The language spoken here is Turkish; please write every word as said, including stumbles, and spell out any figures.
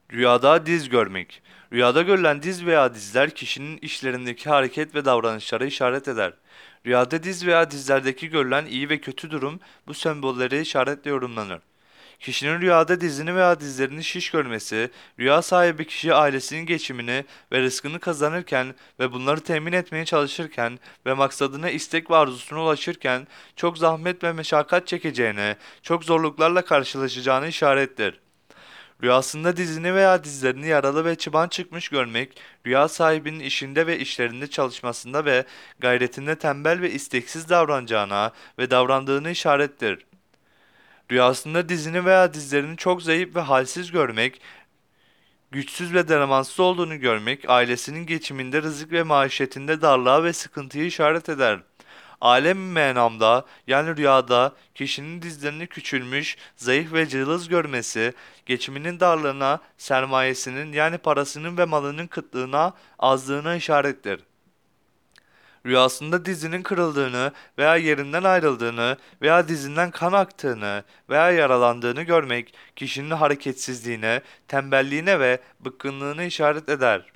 Rüyada diz görmek. Rüyada görülen diz veya dizler kişinin işlerindeki hareket ve davranışlara işaret eder. Rüyada diz veya dizlerdeki görülen iyi ve kötü durum bu sembolleri işaretle yorumlanır. Kişinin rüyada dizini veya dizlerini şiş görmesi, rüya sahibi kişi ailesinin geçimini ve rızkını kazanırken ve bunları temin etmeye çalışırken ve maksadına istek ve arzusuna ulaşırken çok zahmet ve meşakkat çekeceğine, çok zorluklarla karşılaşacağını işarettir. Rüyasında dizini veya dizlerini yaralı ve çıban çıkmış görmek, rüya sahibinin işinde ve işlerinde çalışmasında ve gayretinde tembel ve isteksiz davranacağına ve davrandığını işarettir. Rüyasında dizini veya dizlerini çok zayıf ve halsiz görmek, güçsüz ve dermansız olduğunu görmek, ailesinin geçiminde, rızık ve maişetinde darlığa ve sıkıntıyı işaret eder. Alem menamda yani rüyada kişinin dizlerini küçülmüş, zayıf ve cılız görmesi, geçiminin darlığına, sermayesinin yani parasının ve malının kıtlığına, azlığına işarettir. Rüyasında dizinin kırıldığını veya yerinden ayrıldığını veya dizinden kan aktığını veya yaralandığını görmek kişinin hareketsizliğine, tembelliğine ve bıkkınlığını işaret eder.